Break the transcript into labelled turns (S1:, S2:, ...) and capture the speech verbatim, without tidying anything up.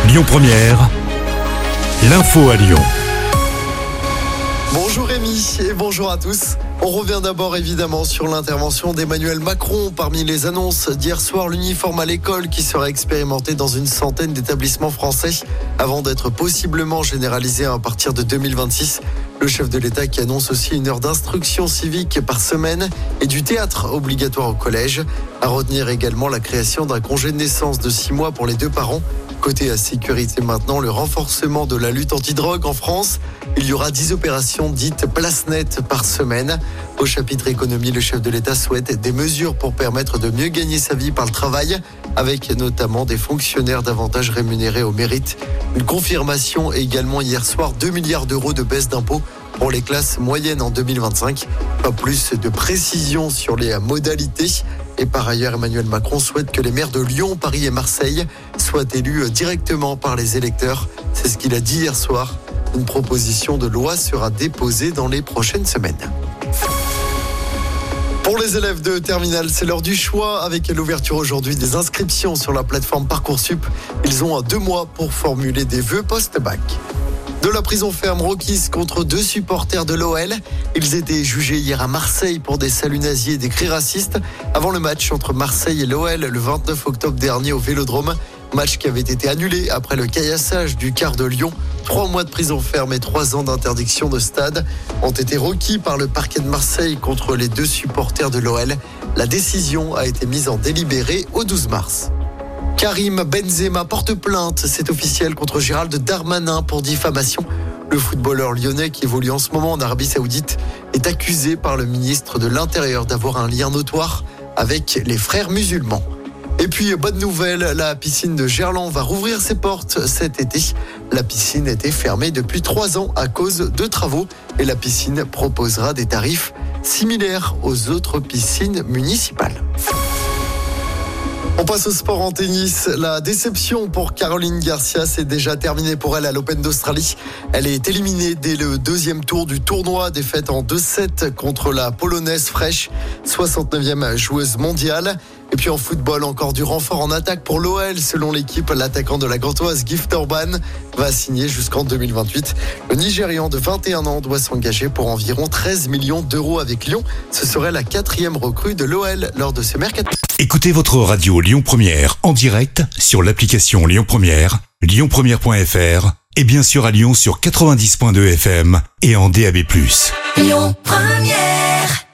S1: Lyon Première, l'info à Lyon.
S2: Bonjour Rémi et bonjour à tous. On revient d'abord évidemment sur l'intervention d'Emmanuel Macron. Parmi les annonces d'hier soir, l'uniforme à l'école qui sera expérimenté dans une centaine d'établissements français avant d'être possiblement généralisé à partir de deux mille vingt-six. Le chef de l'État qui annonce aussi une heure d'instruction civique par semaine et du théâtre obligatoire au collège. À retenir également la création d'un congé de naissance de six mois pour les deux parents. Côté sécurité maintenant, le renforcement de la lutte antidrogue en France. Il y aura dix opérations dites place nette par semaine. Au chapitre économie, le chef de l'État souhaite des mesures pour permettre de mieux gagner sa vie par le travail, avec notamment des fonctionnaires davantage rémunérés au mérite. Une confirmation également hier soir, deux milliards d'euros de baisse d'impôts pour les classes moyennes en deux mille vingt-cinq. Pas plus de précision sur les modalités. Et par ailleurs, Emmanuel Macron souhaite que les maires de Lyon, Paris et Marseille soient élus directement par les électeurs. C'est ce qu'il a dit hier soir. Une proposition de loi sera déposée dans les prochaines semaines. Pour les élèves de terminale, c'est l'heure du choix avec l'ouverture aujourd'hui des inscriptions sur la plateforme Parcoursup. Ils ont deux mois pour formuler des vœux post-bac. De la prison ferme requise contre deux supporters de l'O L. Ils étaient jugés hier à Marseille pour des saluts nazis et des cris racistes avant le match entre Marseille et l'O L le vingt-neuf octobre dernier au Vélodrome. Match qui avait été annulé après le caillassage du quart de Lyon. Trois mois de prison ferme et trois ans d'interdiction de stade ont été requis par le parquet de Marseille contre les deux supporters de l'O L. La décision a été mise en délibéré au douze mars. Karim Benzema porte plainte, c'est officiel, contre Gérald Darmanin pour diffamation. Le footballeur lyonnais qui évolue en ce moment en Arabie Saoudite est accusé par le ministre de l'Intérieur d'avoir un lien notoire avec les frères musulmans. Et puis, bonne nouvelle, la piscine de Gerland va rouvrir ses portes cet été. La piscine était fermée depuis trois ans à cause de travaux et la piscine proposera des tarifs similaires aux autres piscines municipales. On passe au sport en tennis. La déception pour Caroline Garcia, c'est déjà terminé pour elle à l'Open d'Australie. Elle est éliminée dès le deuxième tour du tournoi, défaite en deux sept contre la Polonaise Fresh, soixante-neuvième joueuse mondiale. Et puis en football, encore du renfort en attaque pour l'O L. Selon l'équipe, l'attaquant de la Gantoise, Gift Orban, va signer jusqu'en deux mille vingt-huit. Le Nigérian de vingt et un ans doit s'engager pour environ treize millions d'euros avec Lyon. Ce serait la quatrième recrue de l'O L lors de ce mercato.
S1: Écoutez votre radio Lyon Première en direct sur l'application Lyon Première, lyon première point f r et bien sûr à Lyon sur quatre-vingt-dix point deux F M et en D A B plus.
S3: Lyon Première.